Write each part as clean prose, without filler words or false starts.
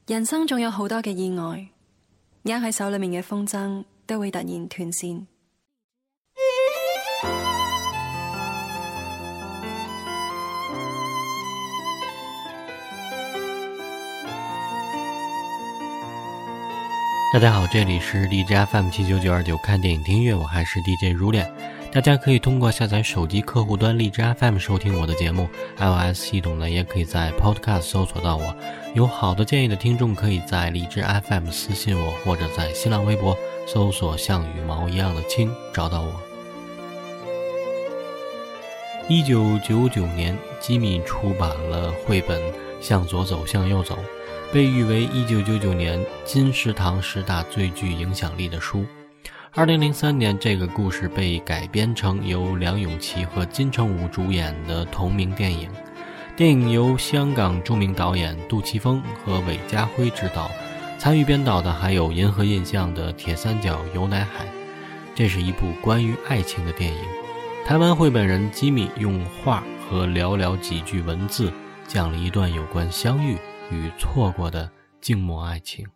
人生總有好多嘅意外，握喺手裏面嘅風箏都會突然斷線。 大家好，这里是荔枝 FM79929 看电影听乐，我还是 DJ 如恋。大家可以通过下载手机客户端荔枝 FM 收听我的节目， iOS 系统呢也可以在 Podcast 搜索到我。有好的建议的听众可以在荔枝 FM 私信我，或者在新浪微博搜索像羽毛一样的轻找到我。1999年吉米出版了绘本《向左走向右走》，被誉为1999年金石堂10大最具影响力的书。2003年这个故事被改编成由梁咏琪和金城武主演的同名电影。电影由香港著名导演杜琪峰和韦家辉执导，参与编导的还有银河印象的铁三角游乃海。这是一部关于爱情的电影。台湾绘本人吉米用画和寥寥几句文字讲了一段有关相遇与错过的静默爱情。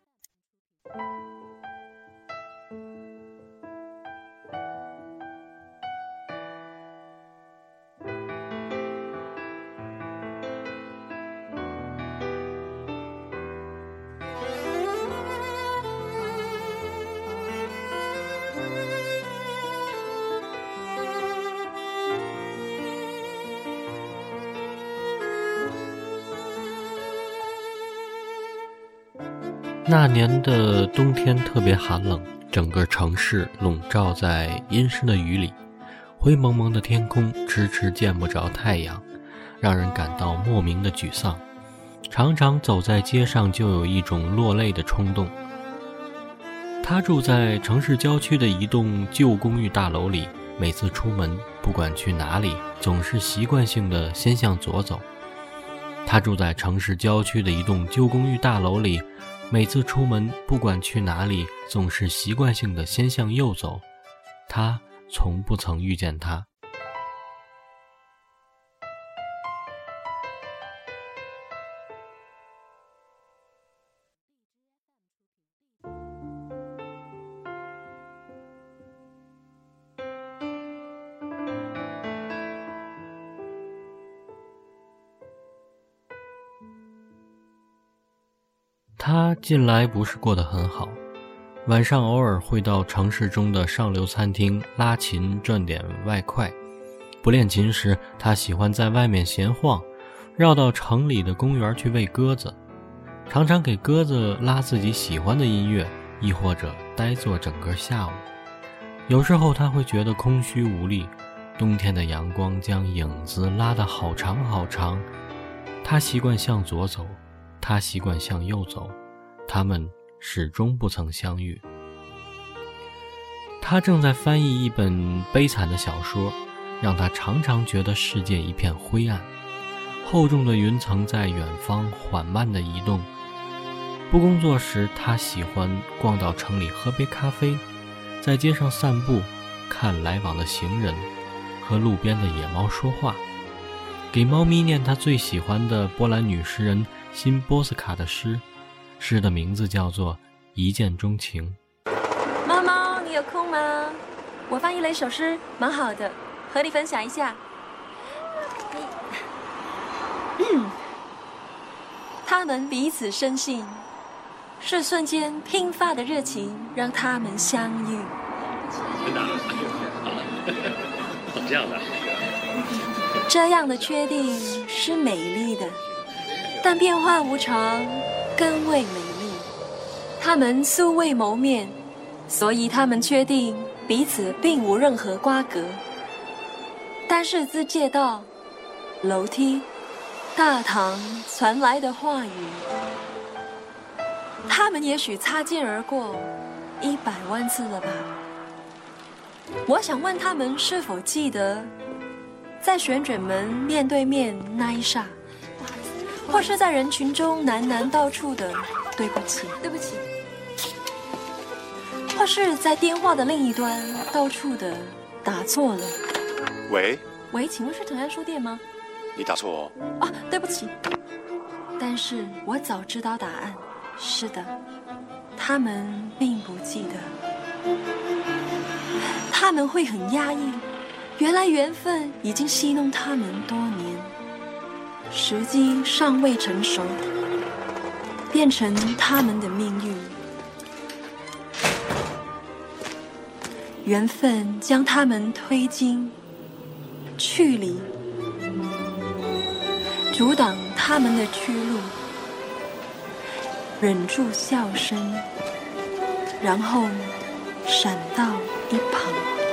那年的冬天特别寒冷，整个城市笼罩在阴湿的雨里，灰蒙蒙的天空迟迟见不着太阳，让人感到莫名的沮丧。常常走在街上就有一种落泪的冲动。他住在城市郊区的一栋旧公寓大楼里，每次出门不管去哪里总是习惯性的先向左走。他住在城市郊区的一栋旧公寓大楼里，每次出门不管去哪里总是习惯性的先向右走。他从不曾遇见他。他近来不是过得很好，晚上偶尔会到城市中的上流餐厅拉琴赚点外快。不练琴时，他喜欢在外面闲晃，绕到城里的公园去喂鸽子，常常给鸽子拉自己喜欢的音乐，亦或者呆坐整个下午。有时候他会觉得空虚无力，冬天的阳光将影子拉得好长好长。他习惯向左走，他习惯向右走，他们始终不曾相遇。他正在翻译一本悲惨的小说，让他常常觉得世界一片灰暗。厚重的云层在远方缓慢地移动。不工作时，他喜欢逛到城里喝杯咖啡，在街上散步，看来往的行人，和路边的野猫说话，给猫咪念他最喜欢的波兰女诗人辛波斯卡的诗，诗的名字叫做《一见钟情》。 猫猫，你有空吗？我翻译了一首诗，蛮好的，和你分享一下。他们彼此深信，是瞬间拼发的热情让他们相遇。 真的？这样的。 这样的确定是美丽的，但变幻无常更为美丽。他们素未谋面，所以他们确定彼此并无任何瓜葛。但是自街道、楼梯、大堂传来的话语，他们也许擦肩而过100万次了吧。我想问他们是否记得在旋转门面对面那一刹，或是在人群中喃喃道出的对不起对不起，或是在电话的另一端道出的打错了。 喂， 请问是藤安书店吗？ 你打错哦。 啊，对不起。但是我早知道答案。 是的，他们并不记得，他们会很压抑。原来缘分已经戏弄他们多年，时机尚未成熟，变成他们的命运。缘分将他们推进去离，阻挡他们的去路，忍住笑声，然后闪到一旁。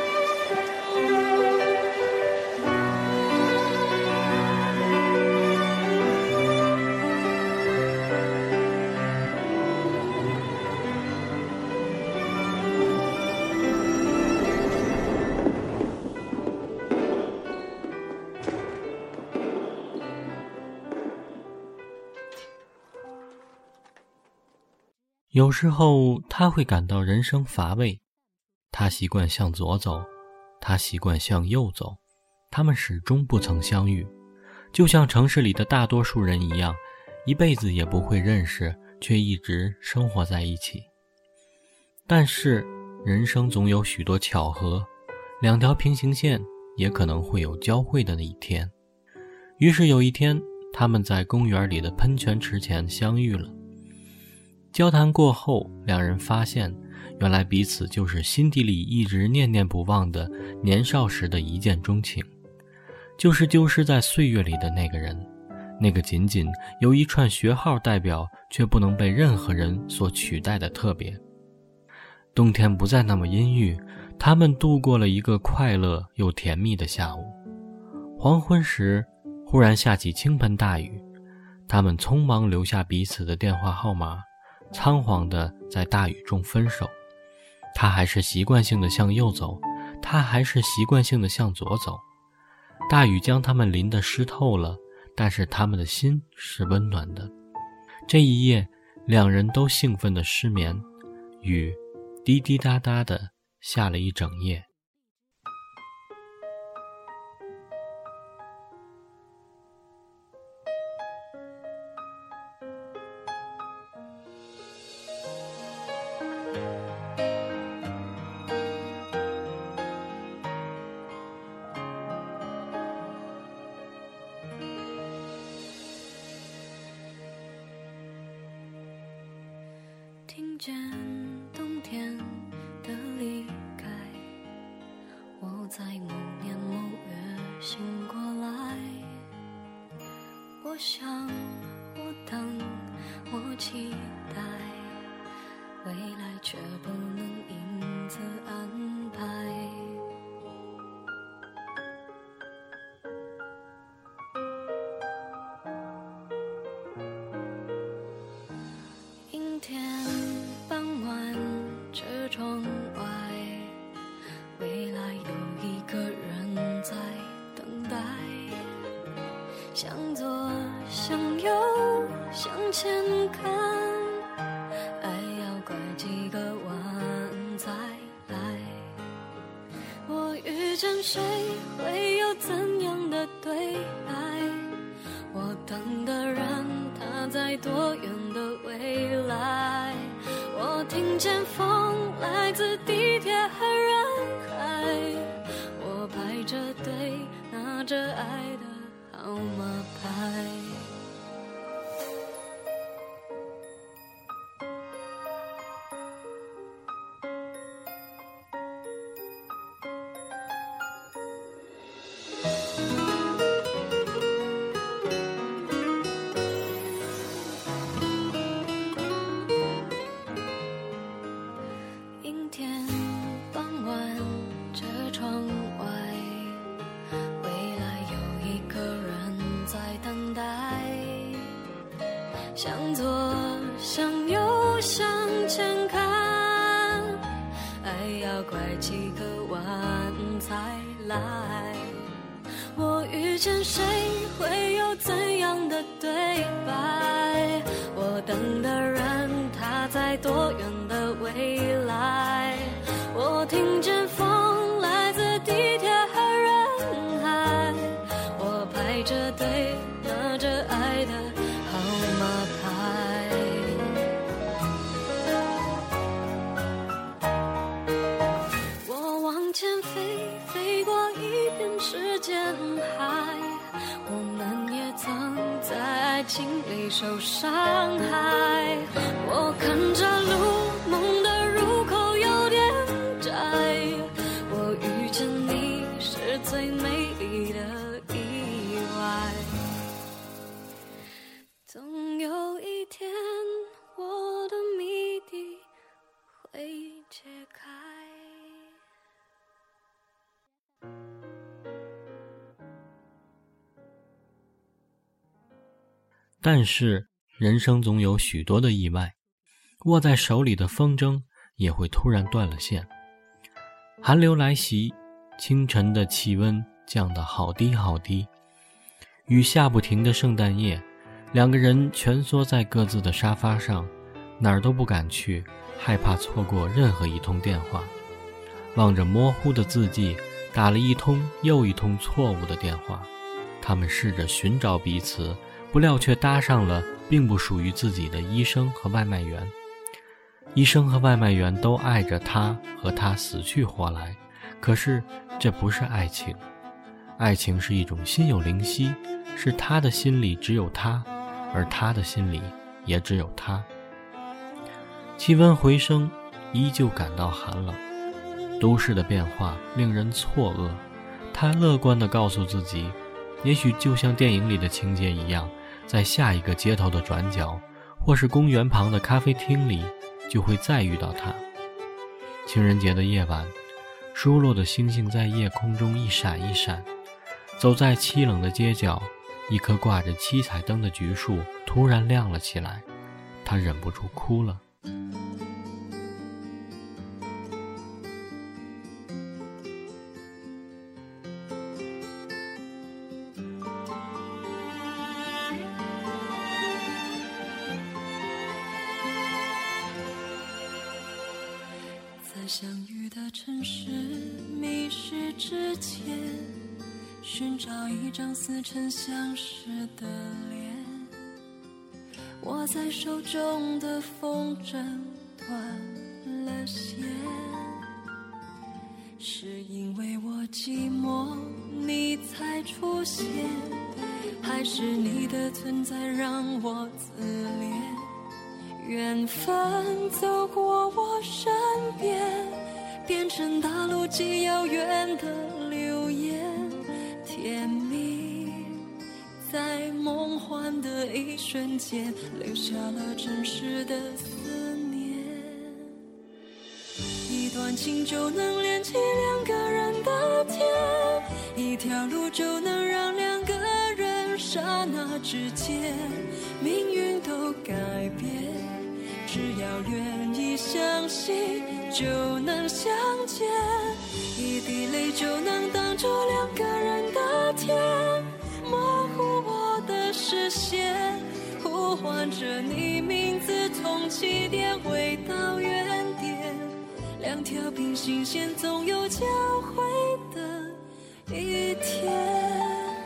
有时候他会感到人生乏味，他习惯向左走，他习惯向右走，他们始终不曾相遇，就像城市里的大多数人一样，一辈子也不会认识，却一直生活在一起。但是人生总有许多巧合，两条平行线也可能会有交汇的那一天。于是有一天，他们在公园里的喷泉池前相遇了。交谈过后，两人发现原来彼此就是心底里一直念念不忘的年少时的一见钟情，就是丢失在岁月里的那个人，那个仅仅有一串学号代表却不能被任何人所取代的特别。冬天不再那么阴郁，他们度过了一个快乐又甜蜜的下午。黄昏时忽然下起倾盆大雨，他们匆忙留下彼此的电话号码，仓皇地在大雨中分手。他还是习惯性地向右走，他还是习惯性地向左走。大雨将他们淋得湿透了，但是他们的心是温暖的。这一夜，两人都兴奋地失眠，雨滴滴答答地下了一整夜。 听见冬天的离开，我在某年某月醒过来。我想，我等，我期待，未来却不能因此安排。阴天傍晚，这窗外，未来有一个人在等待。向左，向右，向前看，爱要拐几个弯才来。我遇见谁，会有怎样的对白？我等的人，他在多远的未来？我听见风来自地铁和人海，我排着队拿着爱的号码牌。阴天傍晚，这窗外，未来有一个人在等待。向左，向右，向前看，爱要拐几个弯才来。我遇见谁，会有怎样的对白？我等的人，他在多远的未来？我听见风来自地铁和人海，我排着队拿着爱的号码牌。 受伤害。我看着路，梦的入口有点窄，我遇见你是最美丽的意外。总有一天，我的谜底会解开。 但是人生总有许多的意外，握在手里的风筝也会突然断了线。寒流来袭，清晨的气温降得好低好低。雨下不停的圣诞夜，两个人蜷缩在各自的沙发上，哪儿都不敢去，害怕错过任何一通电话。望着模糊的字迹，打了一通又一通错误的电话。他们试着寻找彼此，不料却搭上了并不属于自己的医生和外卖员。医生和外卖员都爱着他和他死去活来，可是这不是爱情。爱情是一种心有灵犀，是他的心里只有他，而他的心里也只有他。气温回升，依旧感到寒冷。都市的变化令人错愕，他乐观地告诉自己，也许就像电影里的情节一样，在下一个街头的转角，或是公园旁的咖啡厅里，就会再遇到他。情人节的夜晚，疏落的星星在夜空中一闪一闪。走在凄冷的街角，一棵挂着七彩灯的橘树突然亮了起来，他忍不住哭了。 在相遇的城市迷失之前，寻找一张似曾相识的脸。握在手中的风筝断了线，是因为我寂寞你才出现，还是你的存在让我自怜？缘分走过我身边，变成大陆极遥远的流言，甜蜜在梦幻的一瞬间，留下了真实的思念。一段情就能连起两个人的天，一条路就能让两个人刹那之间命运都改变。只要愿意相信，就能相见，一滴泪就能挡住两个人的天，模糊我的视线，呼唤着你名字，从起点回到原点，两条平行线总有交汇的一天。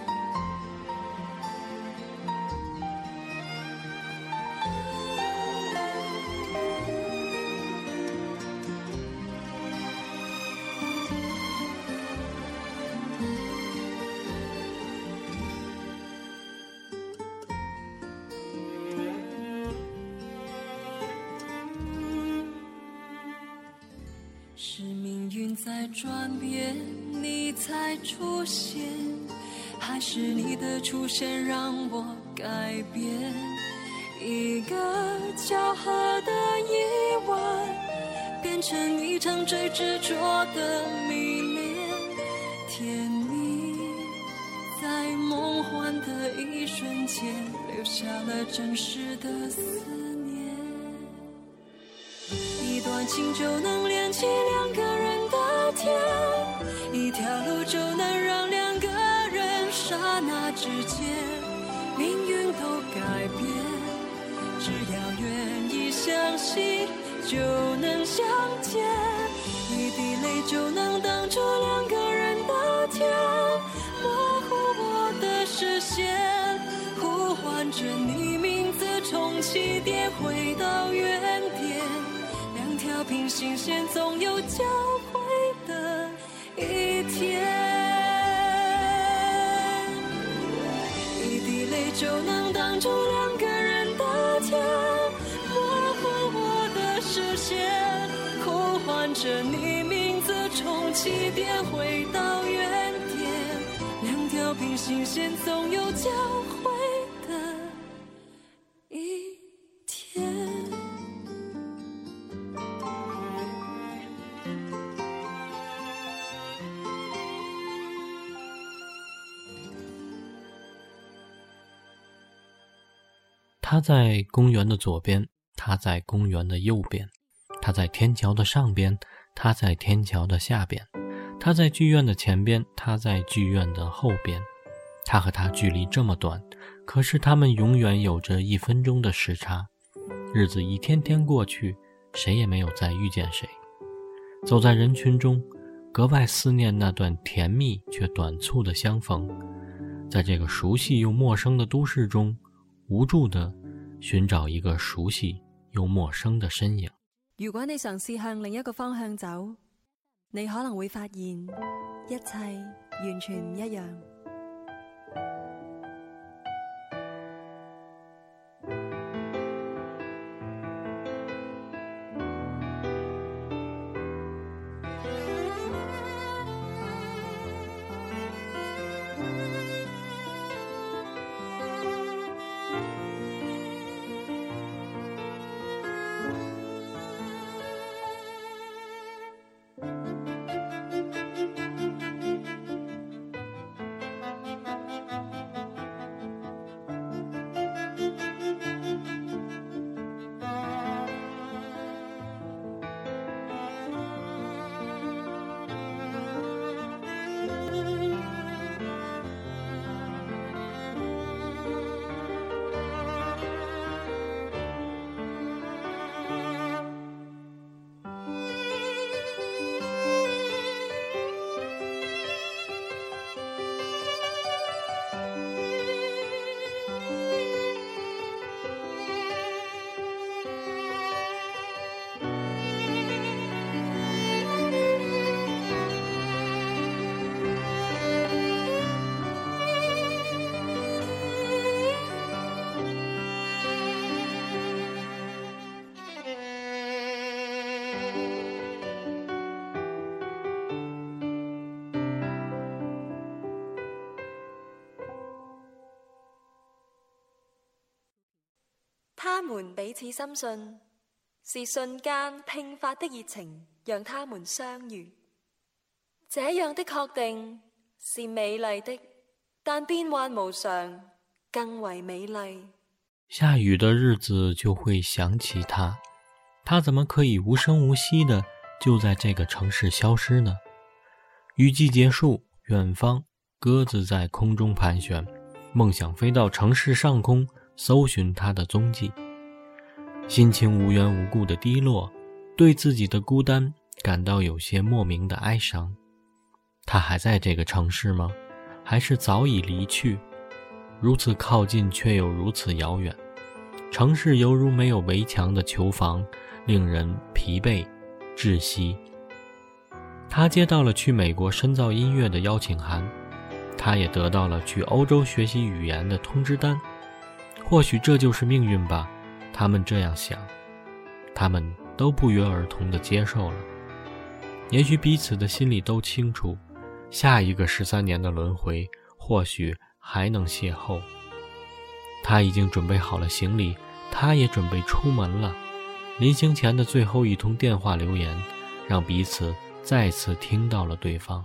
是命运在转变，你才出现，还是你的出现让我改变？一个巧合的意外，变成一场最执着的迷恋，甜蜜在梦幻的一瞬间，留下了真实的思念。一段情就能连起两个人的天，一条路就能让两个人刹那之间命运都改变。只要愿意相信，就能相见，一滴泪就能挡住两个人的天，模糊我的视线，呼唤着你名字，从起点回到原点，两条平行线总有交汇的一天，一滴泪就能挡住两个人着你名字，从起点回到原点，两条平行线总有交汇的一天。 他在公园的左边，他在公园的右边，他在天桥的上边，他在天桥的下边，他在剧院的前边，他在剧院的后边。他和他距离这么短，可是他们永远有着1分钟的时差。日子一天天过去，谁也没有再遇见谁。走在人群中，格外思念那段甜蜜却短促的相逢。在这个熟悉又陌生的都市中，無助地尋找一個熟悉又陌生的身影。 如果你嘗試向另一個方向走，你可能會發現一切完全唔一樣。他們彼此深信，是瞬間迸發的熱情讓他們相遇。這樣的確定是美麗的，但變幻無常更為美麗。 下雨的日子就會想起他，他怎麼可以無聲無息的就在這個城市消失呢？雨季結束，遠方鴿子在空中盤旋，夢想飛到城市上空搜尋他的蹤跡。心情無緣無故的低落，對自己的孤單感到有些莫名的哀傷。他還在這個城市嗎？還是早已離去？如此靠近卻又如此遙遠，城市猶如沒有圍牆的囚房，令人疲憊窒息。他接到了去美國深造音樂的邀請函，他也得到了去歐洲學習語言的通知單。或許這就是命運吧，他們這樣想，他們都不約而同地接受了。也許彼此的心裡都清楚，下一個13年的輪迴或許還能邂逅。他已經準備好了行李，他也準備出門了。臨行前的最後一通電話留言，讓彼此再次聽到了對方。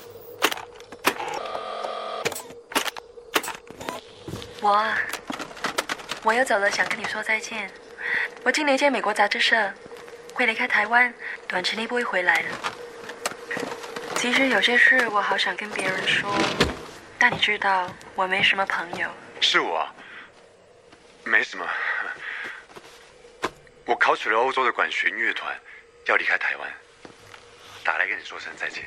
我要走了，想跟你說再見。我進了一間美國雜誌社，會離開台灣，短期內不會回來了。其實有些事我好想跟別人說，但你知道我沒什麼朋友。 是我啊，沒什麼。我考取了歐洲的管弦樂團，要離開台灣，打來跟你說聲再見。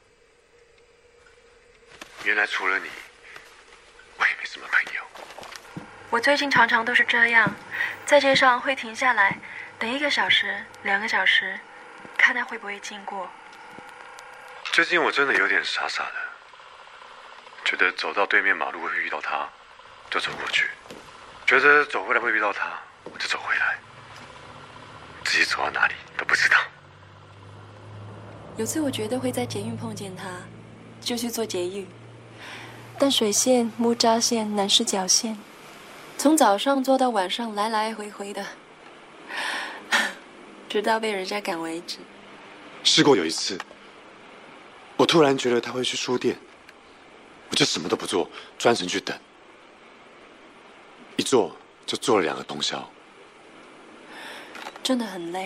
原來除了你，我也沒什麼朋友。 我最近常常都是這樣，在街上會停下來，等1個小時、2個小時，看他會不會經過。 最近我真的有點傻傻的，覺得走到對面馬路會遇到他，就走過去；覺得走回來會遇到他，我就走回來。自己走到哪裡都不知道。 有次我觉得会在捷运碰见他，就去坐捷运。淡水线、木栅线、南势角线，从早上坐到晚上，来来回回的，直到被人家赶为止。 试过有一次，我突然觉得他会去书店，我就什么都不做，专程去等。一坐就坐了2个通宵， 真的很累。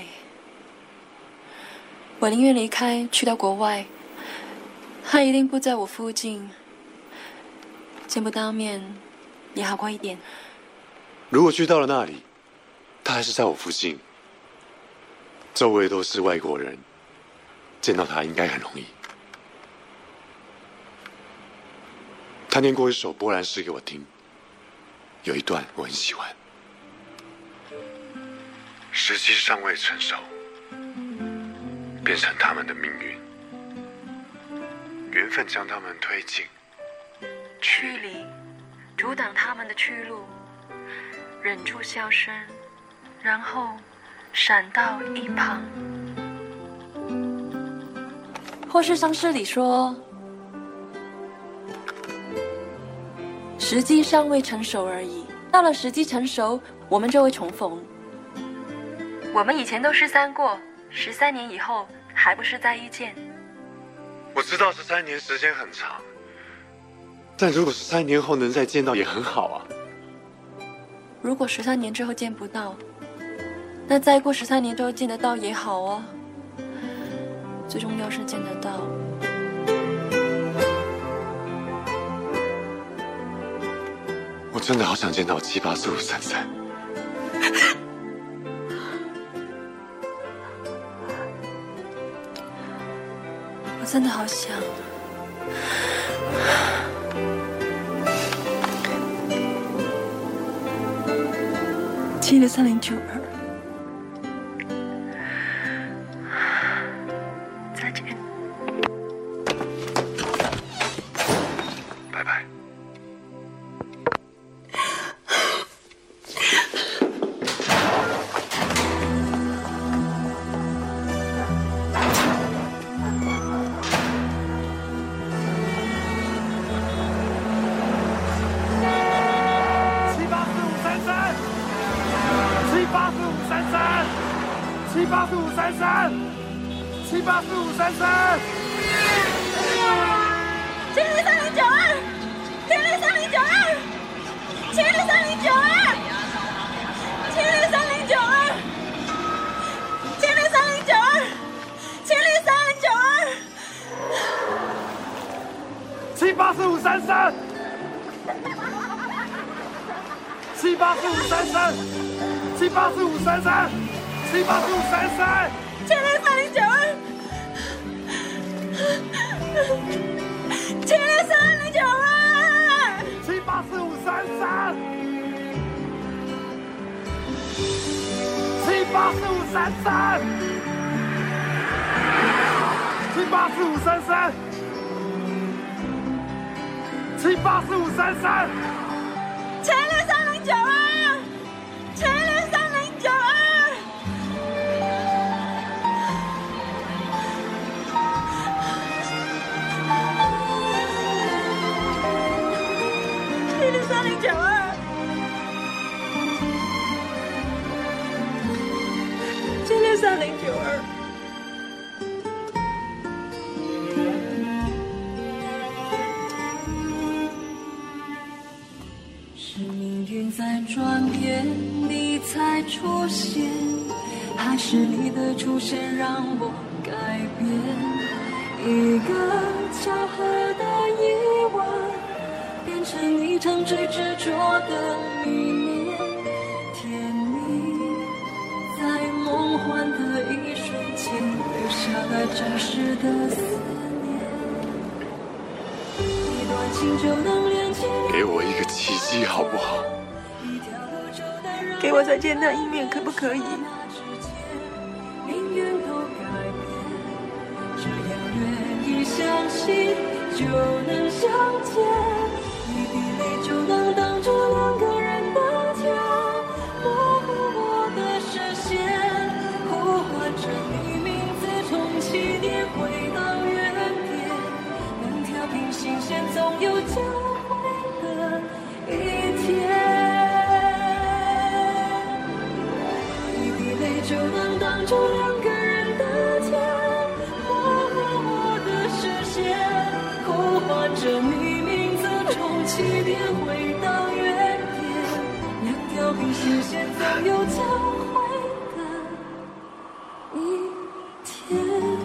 我宁愿离开，去到国外，他一定不在我附近，见不到面也好过一点。 如果去到了那里，他还是在我附近，周围都是外国人，见到他应该很容易。他念过一首波兰诗给我听，有一段我很喜欢。时机尚未成熟，变成他们的命运，缘分将他们推进， 驱离，阻挡他们的去路，忍住笑声，然后闪到一旁。或是像诗里说，时机尚未成熟而已，到了时机成熟，我们就会重逢。我们以前都失散过，13年以后还不是再遇见？ 我知道13年时间很长，但如果13年后能再见到也很好啊。 如果13年之后见不到，那再过13年之后见得到也好啊。最重要是见得到。 我真的好想见到784533。 我真的好想。763-092。再见。 拜拜。 是命运在转变，你才出现，还是你的出现让我改变？一个巧合的意外，变成一场最执着的迷恋，甜蜜在梦幻的一瞬间，留下了真实的思念。一段情就能连接， 给我一个奇迹好不好？ 给我再见他一面可不可以？ 命运都改变，只要愿意相信就能相见，一滴泪就能当作2个人的家，模糊我的视线，呼唤着你名字，从起点回起点回到原点，两条平行线总有交汇的一天。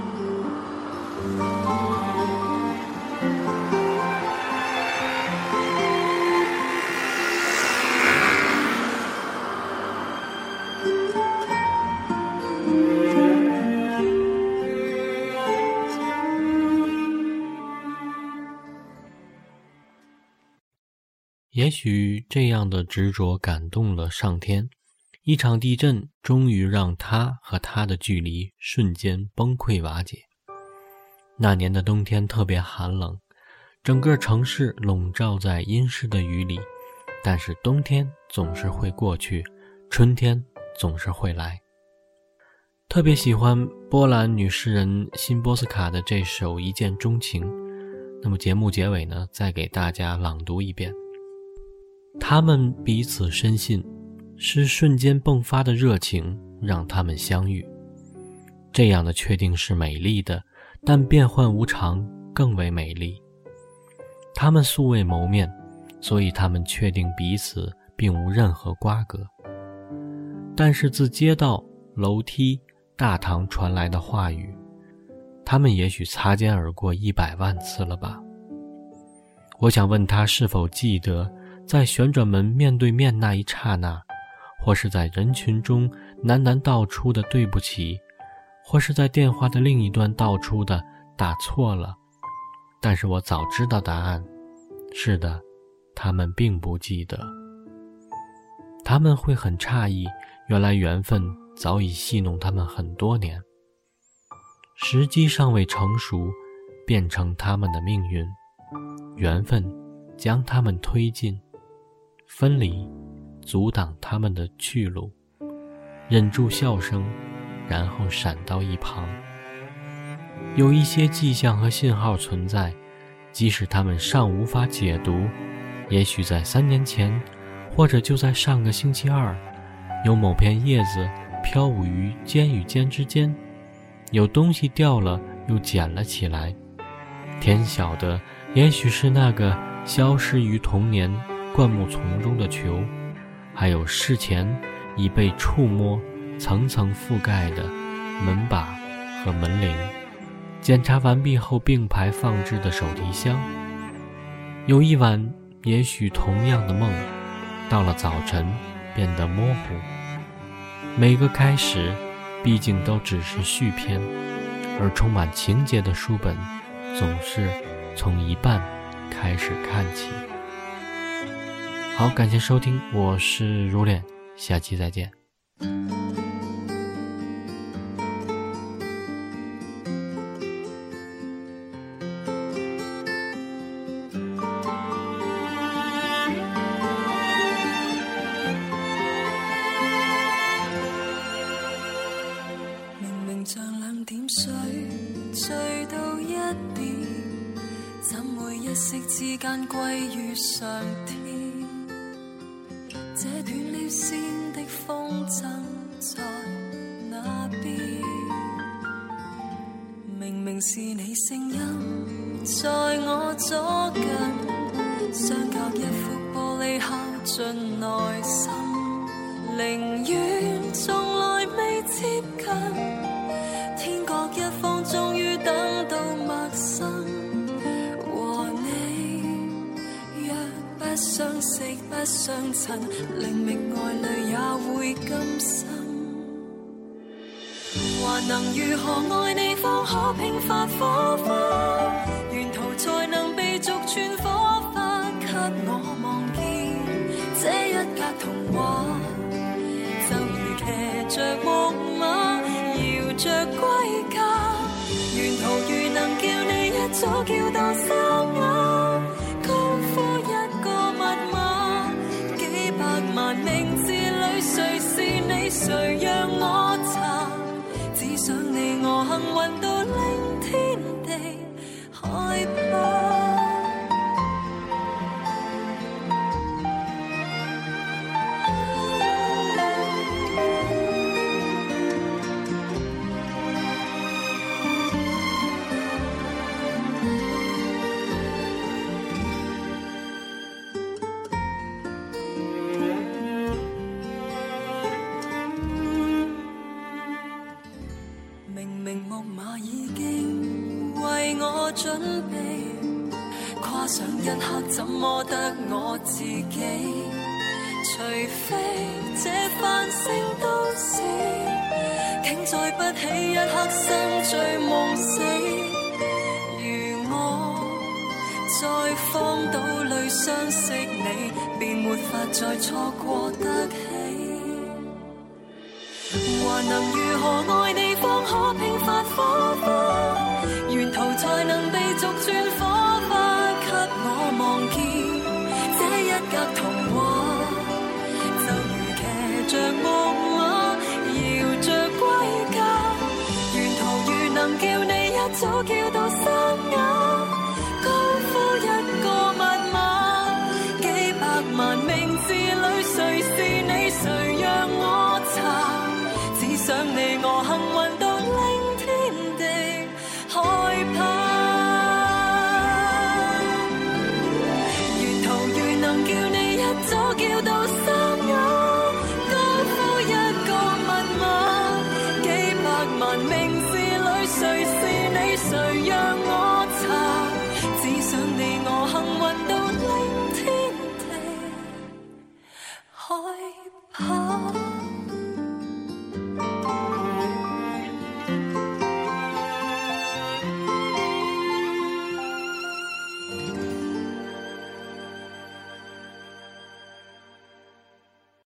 也许这样的执着感动了上天，一场地震终于让他和他的距离瞬间崩溃瓦解。那年的冬天特别寒冷，整个城市笼罩在阴湿的雨里，但是冬天总是会过去，春天总是会来。特别喜欢波兰女诗人辛波斯卡的这首《一见钟情》，那么节目结尾呢，再给大家朗读一遍。他们彼此深信，是瞬间迸发的热情让他们相遇。这样的确定是美丽的，但变幻无常更为美丽。他们素未谋面，所以他们确定彼此并无任何瓜葛。但是自街道、楼梯、大堂传来的话语，他们也许擦肩而过100万次了吧。我想问他是否记得在旋转门面对面那一刹那，或是在人群中喃喃道出的对不起，或是在电话的另一端道出的打错了。但是我早知道答案，是的，他们并不记得。他们会很诧异，原来缘分早已戏弄他们很多年，时机尚未成熟，变成他们的命运。缘分将他们推进，分离阻挡他们的去路，忍住笑声，然后闪到一旁。有一些迹象和信号存在，即使他们尚无法解读，也许在3年前，或者就在上个星期二，有某片叶子飘舞于肩与肩之间，有东西掉了又捡了起来。天晓得，也许是那个消失于童年灌木丛中的球，还有事前已被触摸层层覆盖的门把和门铃，检查完毕后并排放置的手提箱。有一晚也许同样的梦，到了早晨变得模糊。每个开始毕竟都只是续篇，而充满情节的书本总是从一半开始看起。好，感谢收听，我是如恋，下期再见。 明明像2點水醉到1點，怎會一息之間歸於上天？這斷了線的風箏在那邊，明明是你聲音在我左近，相隔1副玻璃敲進內心，寧願從來未接近，天各一方終於等到陌生，和你若不相識不相襯，靈明愛侶也會甘心。還能如何愛你方可迸發火花，沿途才能被逐串火花給我望見這一格童話，就如騎着木馬搖着歸家，沿途如能叫你一早叫到沙啞，高呼一個密碼，幾百萬名字裏誰是你，誰讓我查，只想你我幸運到令天地害怕。 明木馬已經為我準備，跨上一刻怎麼得我自己？除非這繁星都死，竟再不起一刻生醉夢死。如我再荒島裏相識你，便沒法再錯過得起。還能如何愛你方可拼發火花？沿途才能被逐轉火花，給我望見這一格童話。就如騎着木馬，搖着歸家。沿途如能叫你一早叫到沙啞，高呼一個密碼，幾百萬名字裏誰是你，誰讓我查？只想你我幸運到令天地害怕。沿途如能叫你一早叫到沙啞，高呼一個密碼，幾百萬名字裏誰是你，誰讓我查？只想你我幸運到令天